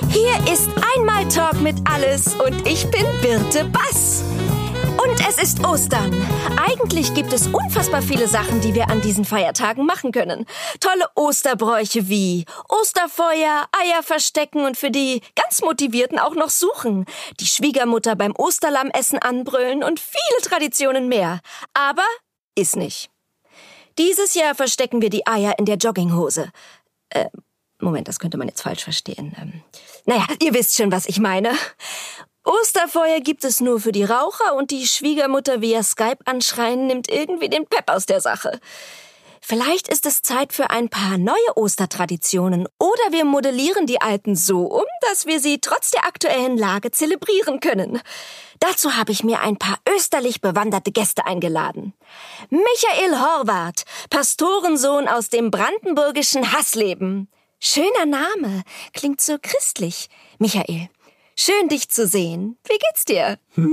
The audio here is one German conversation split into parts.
Hier ist einmal Talk mit Alles und ich bin Birte Bass. Und es ist Ostern. Eigentlich gibt es unfassbar viele Sachen, die wir an diesen Feiertagen machen können. Tolle Osterbräuche wie Osterfeuer, Eier verstecken und für die ganz Motivierten auch noch suchen. Die Schwiegermutter beim Osterlammessen anbrüllen und viele Traditionen mehr. Aber ist nicht. Dieses Jahr verstecken wir die Eier in der Jogginghose. Moment, das könnte man jetzt falsch verstehen. Naja, ihr wisst schon, was ich meine. Osterfeuer gibt es nur für die Raucher und die Schwiegermutter via Skype anschreien nimmt irgendwie den Pep aus der Sache. Vielleicht ist es Zeit für ein paar neue Ostertraditionen oder wir modellieren die alten so um, dass wir sie trotz der aktuellen Lage zelebrieren können. Dazu habe ich mir ein paar österlich bewanderte Gäste eingeladen. Michael Horvath, Pastorensohn aus dem brandenburgischen Hassleben. Schöner Name, klingt so christlich. Michael, schön dich zu sehen. Wie geht's dir?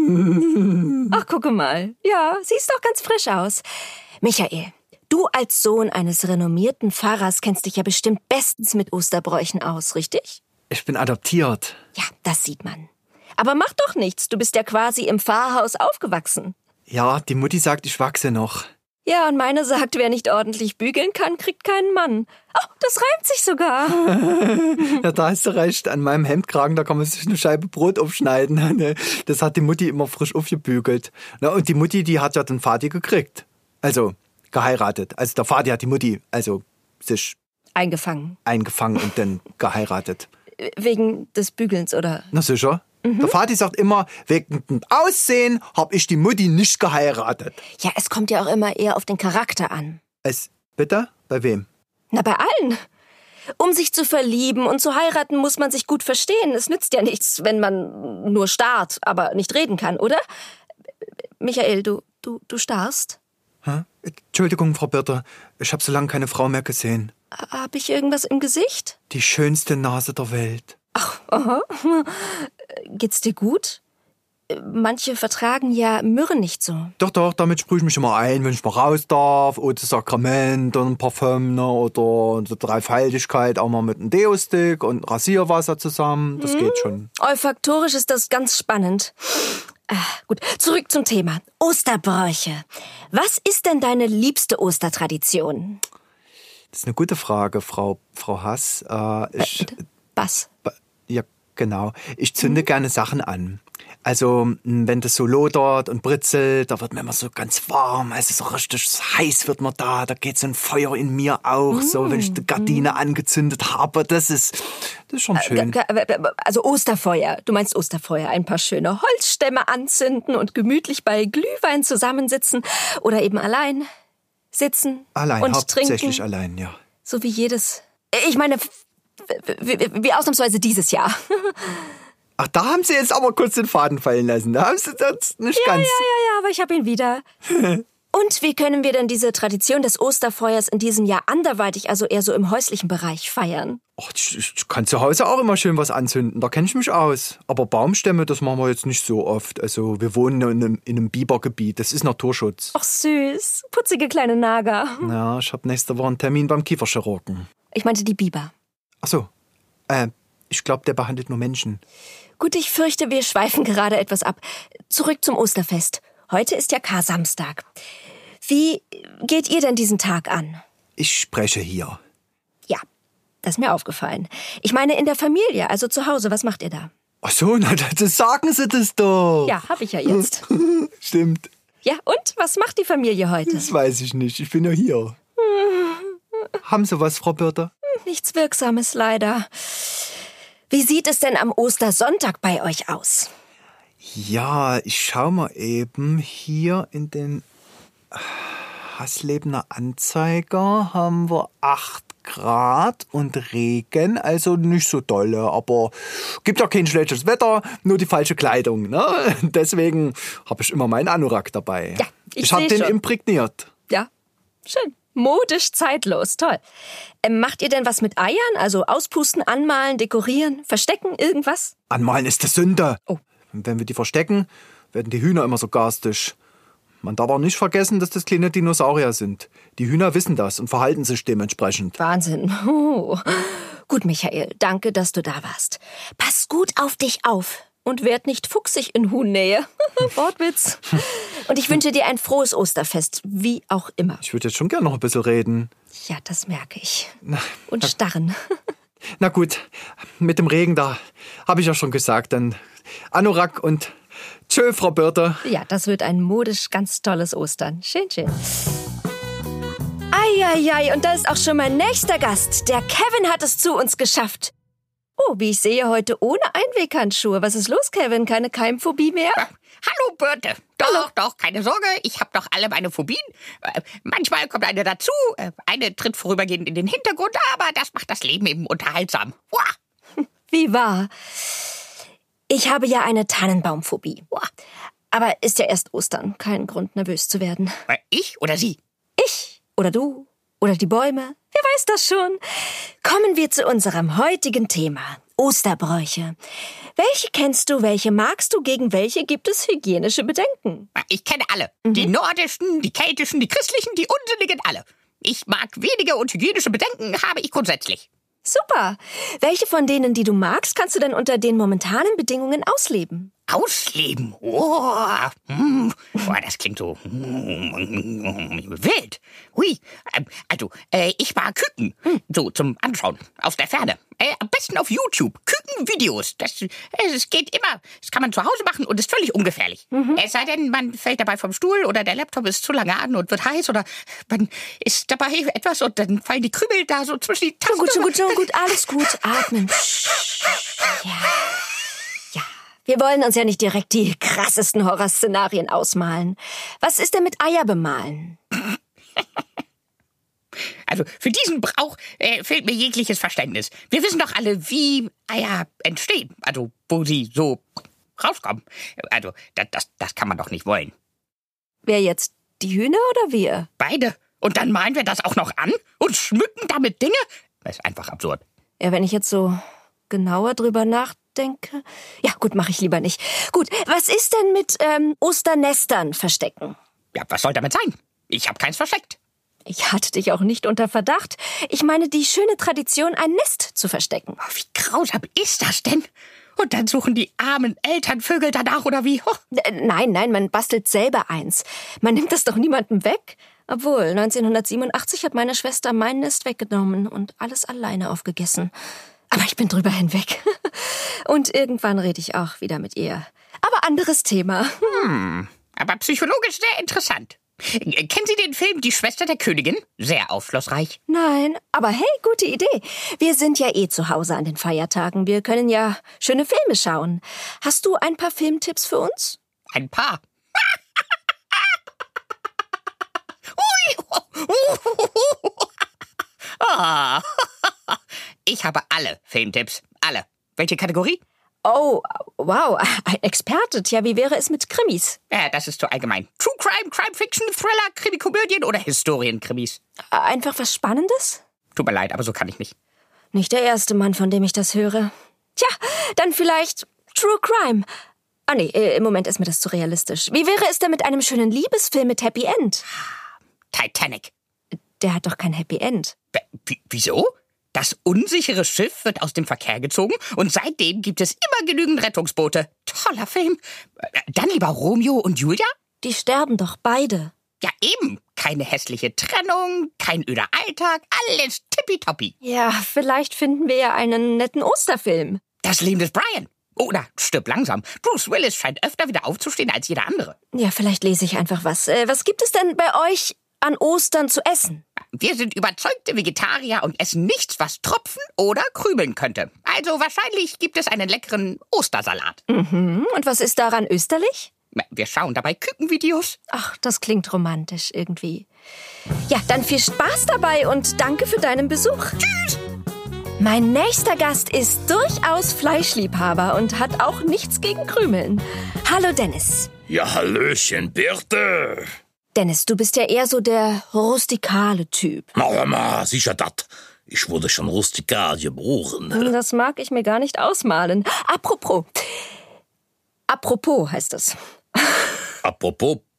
Ach, gucke mal. Ja, siehst doch ganz frisch aus. Michael, du als Sohn eines renommierten Pfarrers kennst dich ja bestimmt bestens mit Osterbräuchen aus, richtig? Ich bin adoptiert. Ja, das sieht man. Aber mach doch nichts, du bist ja quasi im Pfarrhaus aufgewachsen. Ja, die Mutti sagt, ich wachse noch. Ja, und meine sagt, wer nicht ordentlich bügeln kann, kriegt keinen Mann. Oh, das reimt sich sogar. Ja, da hast du recht. An meinem Hemdkragen, da kann man sich eine Scheibe Brot aufschneiden. Das hat die Mutti immer frisch aufgebügelt. Und die Mutti, die hat ja den Vati gekriegt. Also geheiratet. Also der Vati hat die Mutti, also sich eingefangen und dann geheiratet. Wegen des Bügelns, oder? Na sicher. Der Vati sagt immer, wegen dem Aussehen hab ich die Mutti nicht geheiratet. Ja, es kommt ja auch immer eher auf den Charakter an. Bitte? Bei wem? Na, bei allen. Um sich zu verlieben und zu heiraten, muss man sich gut verstehen. Es nützt ja nichts, wenn man nur starrt, aber nicht reden kann, oder? Michael, du starrst? Hä? Entschuldigung, Frau Birter, ich habe so lange keine Frau mehr gesehen. Hab ich irgendwas im Gesicht? Die schönste Nase der Welt. Ach, aha. Geht's dir gut? Manche vertragen ja Myrrhe nicht so. Doch, damit sprühe ich mich immer ein, wenn ich mal raus darf. Oder Sakrament und ein Parfüm, ne? Oder Dreifaltigkeit, auch mal mit einem Deo-Stick und Rasierwasser zusammen. Das geht schon. Olfaktorisch ist das ganz spannend. Gut, zurück zum Thema. Osterbräuche. Was ist denn deine liebste Ostertradition? Das ist eine gute Frage, Frau Hass. Bass. Ja, genau. Ich zünde gerne Sachen an. Also, wenn das so lodert und britzelt, da wird mir immer so ganz warm, also so richtig heiß wird mir da geht so ein Feuer in mir auch, so wenn ich die Gardine angezündet habe, das ist schon schön. Also Osterfeuer, du meinst Osterfeuer, ein paar schöne Holzstämme anzünden und gemütlich bei Glühwein zusammensitzen oder eben allein sitzen allein, und hauptsächlich trinken. Allein, ja. So wie jedes, ich meine, wie ausnahmsweise dieses Jahr. Ach, da haben Sie jetzt aber kurz den Faden fallen lassen. Da haben Sie das nicht ganz... Ja, aber ich habe ihn wieder. Und wie können wir denn diese Tradition des Osterfeuers in diesem Jahr anderweitig, also eher so im häuslichen Bereich, feiern? Ach, ich kann zu Hause auch immer schön was anzünden, da kenne ich mich aus. Aber Baumstämme, das machen wir jetzt nicht so oft. Also wir wohnen in einem Bibergebiet, das ist Naturschutz. Ach süß, putzige kleine Nager. Ja, ich habe nächste Woche einen Termin beim Kieferchirurgen. Ich meinte die Biber. Ach so, ich glaube, der behandelt nur Menschen. Gut, ich fürchte, wir schweifen gerade etwas ab. Zurück zum Osterfest. Heute ist ja Kar-Samstag. Wie geht ihr denn diesen Tag an? Ich spreche hier. Ja, das ist mir aufgefallen. Ich meine in der Familie, also zu Hause. Was macht ihr da? Ach so, na, das sagen Sie das doch. Ja, hab ich ja jetzt. Stimmt. Ja, und? Was macht die Familie heute? Das weiß ich nicht. Ich bin ja hier. Haben Sie was, Frau Birter? Nichts Wirksames, leider. Wie sieht es denn am Ostersonntag bei euch aus? Ja, ich schau mal eben. Hier in den Hasslebener Anzeiger haben wir 8 Grad und Regen, also nicht so dolle, aber gibt ja kein schlechtes Wetter, nur die falsche Kleidung, ne? Deswegen habe ich immer meinen Anorak dabei. Ja, ich habe den imprägniert. Ja, schön. Modisch zeitlos, toll. Macht ihr denn was mit Eiern? Also auspusten, anmalen, dekorieren, verstecken, irgendwas? Anmalen ist das Sünde. Oh. Und wenn wir die verstecken, werden die Hühner immer so garstig. Man darf auch nicht vergessen, dass das kleine Dinosaurier sind. Die Hühner wissen das und verhalten sich dementsprechend. Wahnsinn. Gut, Michael, danke, dass du da warst. Pass gut auf dich auf und werd nicht fuchsig in Huhnnähe. Wortwitz. Und ich wünsche dir ein frohes Osterfest, wie auch immer. Ich würde jetzt schon gerne noch ein bisschen reden. Ja, das merke ich. Und starren. Na gut, mit dem Regen, da habe ich ja schon gesagt, dann Anorak und tschö, Frau Birte. Ja, das wird ein modisch ganz tolles Ostern. Schön, schön. Eieiei, und da ist auch schon mein nächster Gast. Der Kevin hat es zu uns geschafft. Oh, wie ich sehe, heute ohne Einweghandschuhe. Was ist los, Kevin? Keine Keimphobie mehr? Hallo, Birte. Doch, keine Sorge. Ich habe doch alle meine Phobien. Manchmal kommt eine dazu. Eine tritt vorübergehend in den Hintergrund, aber das macht das Leben eben unterhaltsam. Uah. Wie wahr. Ich habe ja eine Tannenbaumphobie. Aber ist ja erst Ostern. Kein Grund, nervös zu werden. Ich oder Sie? Ich oder du oder die Bäume. Wer weiß das schon. Kommen wir zu unserem heutigen Thema. Osterbräuche. Welche kennst du, welche magst du, gegen welche gibt es hygienische Bedenken? Ich kenne alle. Die nordischen, die keltischen, die christlichen, die unsinnigen, alle. Ich mag wenige und hygienische Bedenken habe ich grundsätzlich. Super. Welche von denen, die du magst, kannst du denn unter den momentanen Bedingungen ausleben? Ausleben? Das klingt so wild. Hui. Ich mag Küken. So zum Anschauen. Aus der Ferne. Am besten auf YouTube. Kükenvideos. Das geht immer. Das kann man zu Hause machen und ist völlig ungefährlich. Es sei denn, man fällt dabei vom Stuhl oder der Laptop ist zu lange an und wird heiß oder man ist dabei etwas und dann fallen die Krümel da so zwischen die Tasten. Schon gut. Alles gut. Atmen. Ja. Wir wollen uns ja nicht direkt die krassesten Horrorszenarien ausmalen. Was ist denn mit Eier bemalen? Also für diesen Brauch fehlt mir jegliches Verständnis. Wir wissen doch alle, wie Eier entstehen. Also wo sie so rauskommen. Also das kann man doch nicht wollen. Wer jetzt? Die Hühner oder wir? Beide. Und dann malen wir das auch noch an und schmücken damit Dinge? Das ist einfach absurd. Ja, wenn ich jetzt so genauer drüber nachdenke. Ja, gut, mache ich lieber nicht. Gut, was ist denn mit Osternestern verstecken? Ja, was soll damit sein? Ich habe keins versteckt. Ich hatte dich auch nicht unter Verdacht. Ich meine die schöne Tradition, ein Nest zu verstecken. Oh, wie grausam ist das denn? Und dann suchen die armen Elternvögel danach, oder wie? Oh. Nein, man bastelt selber eins. Man nimmt das doch niemandem weg. Obwohl, 1987 hat meine Schwester mein Nest weggenommen und alles alleine aufgegessen. Aber ich bin drüber hinweg. Und irgendwann rede ich auch wieder mit ihr. Aber anderes Thema. Aber psychologisch sehr interessant. Kennen Sie den Film Die Schwester der Königin? Sehr aufschlussreich. Nein, aber hey, gute Idee. Wir sind ja zu Hause an den Feiertagen. Wir können ja schöne Filme schauen. Hast du ein paar Filmtipps für uns? Ein paar. Ich habe alle Filmtipps. Alle. Welche Kategorie? Oh, wow, ein Experte. Tja, wie wäre es mit Krimis? Das ist zu allgemein. True Crime, Crime Fiction, Thriller, Krimikomödien oder Historienkrimis? Einfach was Spannendes? Tut mir leid, aber so kann ich nicht. Nicht der erste Mann, von dem ich das höre. Tja, dann vielleicht True Crime. Nee, im Moment ist mir das zu realistisch. Wie wäre es denn mit einem schönen Liebesfilm mit Happy End? Titanic. Der hat doch kein Happy End. Wieso? Das unsichere Schiff wird aus dem Verkehr gezogen und seitdem gibt es immer genügend Rettungsboote. Toller Film. Dann lieber Romeo und Julia? Die sterben doch beide. Ja, eben. Keine hässliche Trennung, kein öder Alltag, alles tippitoppi. Ja, vielleicht finden wir ja einen netten Osterfilm. Das Leben des Brian. Oder stirb langsam. Bruce Willis scheint öfter wieder aufzustehen als jeder andere. Ja, vielleicht lese ich einfach was. Was gibt es denn bei euch an Ostern zu essen? Wir sind überzeugte Vegetarier und essen nichts, was tropfen oder krümeln könnte. Also wahrscheinlich gibt es einen leckeren Ostersalat. Und was ist daran österlich? Wir schauen dabei Kükenvideos. Ach, das klingt romantisch irgendwie. Ja, dann viel Spaß dabei und danke für deinen Besuch. Tschüss! Mein nächster Gast ist durchaus Fleischliebhaber und hat auch nichts gegen Krümeln. Hallo Dennis. Ja, Hallöchen, Birte. Dennis, du bist ja eher so der rustikale Typ. Na, hör mal, sicher dat. Ich wurde schon rustikal geboren. Das mag ich mir gar nicht ausmalen. Apropos heißt es. Apropos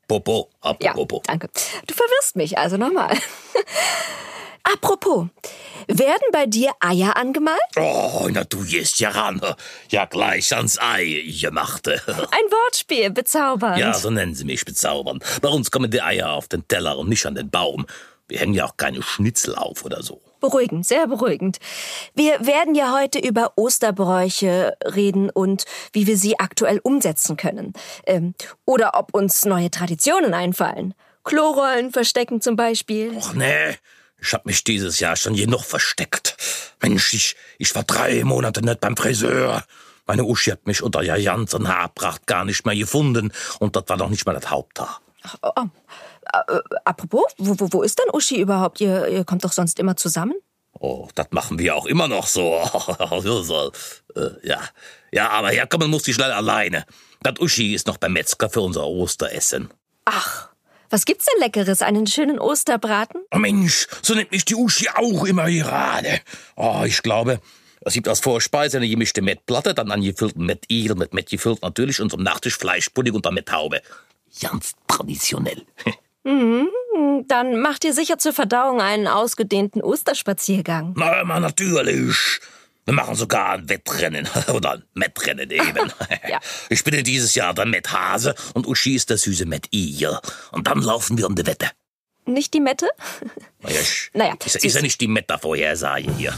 Popo. Ja, Popo. danke. Du verwirrst mich, also nochmal. Apropos, werden bei dir Eier angemalt? Oh, na du gehst ja ran. Ja, gleich ans Ei gemacht. Ein Wortspiel, bezaubernd. Ja, so nennen sie mich bezaubern. Bei uns kommen die Eier auf den Teller und nicht an den Baum. Wir hängen ja auch keine Schnitzel auf oder so. Beruhigend, sehr beruhigend. Wir werden ja heute über Osterbräuche reden und wie wir sie aktuell umsetzen können. Oder ob uns neue Traditionen einfallen. Klorollen verstecken zum Beispiel. Ach nee, ich hab mich dieses Jahr schon genug versteckt. Mensch, ich war 3 Monate nicht beim Friseur. Meine Uschi hat mich unter der ganzen Haarpracht gar nicht mehr gefunden. Und das war doch nicht mal das Haupthaar. Apropos, wo ist denn Uschi überhaupt? Ihr kommt doch sonst immer zusammen? Oh, das machen wir auch immer noch so. Ja, aber herkommen muss ich leider alleine. Das Uschi ist noch beim Metzger für unser Osteressen. Ach, was gibt's denn Leckeres? Einen schönen Osterbraten? Oh Mensch, so nennt mich die Uschi auch immer gerade. Oh, ich glaube, es gibt als Vorspeise eine gemischte Mettplatte, dann einen gefüllten Mettigel mit Mett gefüllt natürlich und zum Nachtisch Fleischpudding und dann Metthaube. Ganz traditionell. Dann macht ihr sicher zur Verdauung einen ausgedehnten Osterspaziergang. Na, immer natürlich. Wir machen sogar ein Wettrennen. Oder ein Mettrennen eben. Ja. Ich bin dieses Jahr der Metthase und Uschi ist der süße Mettigel. Und dann laufen wir um die Wette. Nicht die Mette? Naja, ist ja nicht die Meta-Vorhersage hier.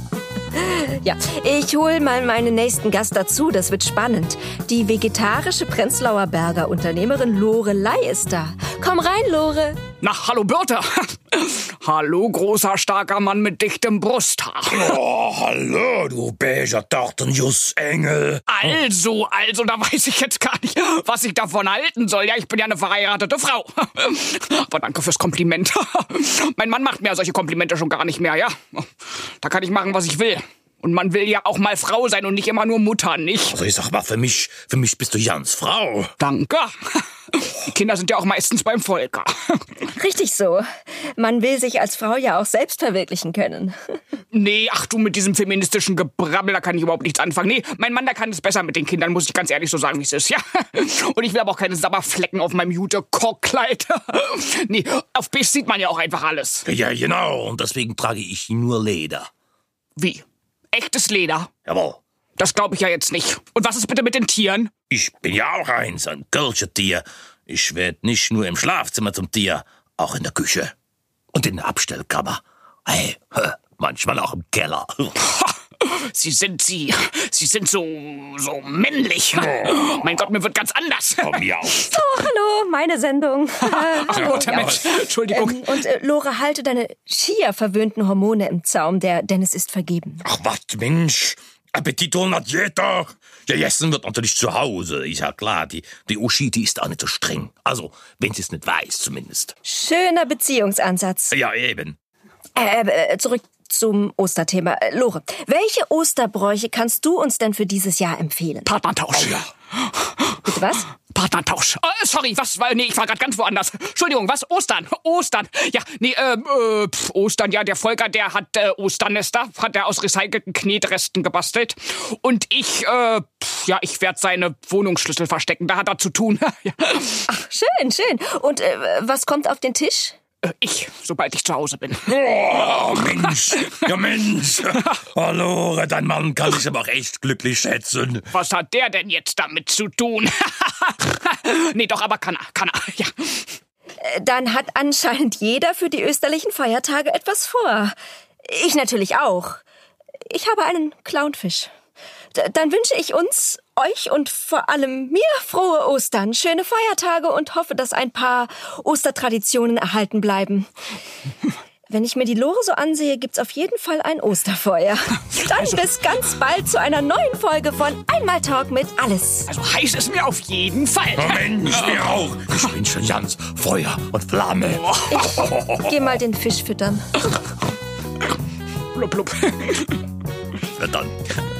Ja, ich hol mal meinen nächsten Gast dazu, das wird spannend. Die vegetarische Prenzlauer Berger Unternehmerin Lorelei ist da. Komm rein, Lore. Na, hallo Birte. Hallo, großer, starker Mann mit dichtem Brusthaar. Oh, hallo, du beiger Tortenjussengel. Also, da weiß ich jetzt gar nicht, was ich davon halten soll. Ja, ich bin ja eine verheiratete Frau. Aber danke fürs Kompliment. Mein Mann macht mir solche Komplimente schon gar nicht mehr, ja. Da kann ich machen, was ich will. Und man will ja auch mal Frau sein und nicht immer nur Mutter, nicht? Also ich sag mal, für mich bist du Jans Frau. Danke. Die Kinder sind ja auch meistens beim Volker. Richtig so. Man will sich als Frau ja auch selbst verwirklichen können. Nee, ach du, mit diesem feministischen Gebrabbel, da kann ich überhaupt nichts anfangen. Nee, mein Mann, der kann es besser mit den Kindern, muss ich ganz ehrlich so sagen, wie es ist, ja. Und ich will aber auch keine Sabberflecken auf meinem Jute-Korkkleid. Nee, auf Biss sieht man ja auch einfach alles. Ja, genau, und deswegen trage ich nur Leder. Wie? Echtes Leder? Jawohl. Das glaube ich ja jetzt nicht. Und was ist bitte mit den Tieren? Ich bin ja auch ein Kölschetier. Ich werd nicht nur im Schlafzimmer zum Tier, auch in der Küche. Und in der Abstellkammer. Hey, manchmal auch im Keller. Sie sind so männlich. Oh. Mein Gott, mir wird ganz anders. Komm hier auf. Oh, hallo, meine Sendung. Ach, guter Mensch, Entschuldigung. Und Lore, halte deine Chia-verwöhnten Hormone im Zaum, der Dennis ist vergeben. Ach, was, Mensch. Appetit hat jeder. Ja, Essen wird natürlich zu Hause. Ist ja klar, die Uschi, die ist auch nicht so streng. Also, wenn sie es nicht weiß, zumindest. Schöner Beziehungsansatz. Ja, eben. Zurück zum Osterthema. Lore, welche Osterbräuche kannst du uns denn für dieses Jahr empfehlen? Partnertausch. Ja. Bitte was? Partnertausch. Sorry, was? Nee, ich war gerade ganz woanders. Entschuldigung, was? Ostern. Ja, nee, Ostern, ja, der Volker, der hat Osternester, hat er aus recycelten Knetresten gebastelt. Und ich werde seine Wohnungsschlüssel verstecken, da hat er zu tun. Ja. Ach, schön. Und was kommt auf den Tisch? Ich, sobald ich zu Hause bin. Oh, Mensch. Ja, Mensch. Hallo, dein Mann kann sich aber auch echt glücklich schätzen. Was hat der denn jetzt damit zu tun? Nee, doch, aber kann er, ja. Dann hat anscheinend jeder für die österlichen Feiertage etwas vor. Ich natürlich auch. Ich habe einen Clownfisch. Dann wünsche ich uns, euch und vor allem mir frohe Ostern, schöne Feiertage und hoffe, dass ein paar Ostertraditionen erhalten bleiben. Wenn ich mir die Lore so ansehe, gibt's auf jeden Fall ein Osterfeuer. Dann bis ganz bald zu einer neuen Folge von Einmal Talk mit Alles. Also heiß es mir auf jeden Fall. Oh, Mensch, mir auch. Ich bin schon ganz Feuer und Flamme. Ich geh mal den Fisch füttern. Blub, blub. Verdammt.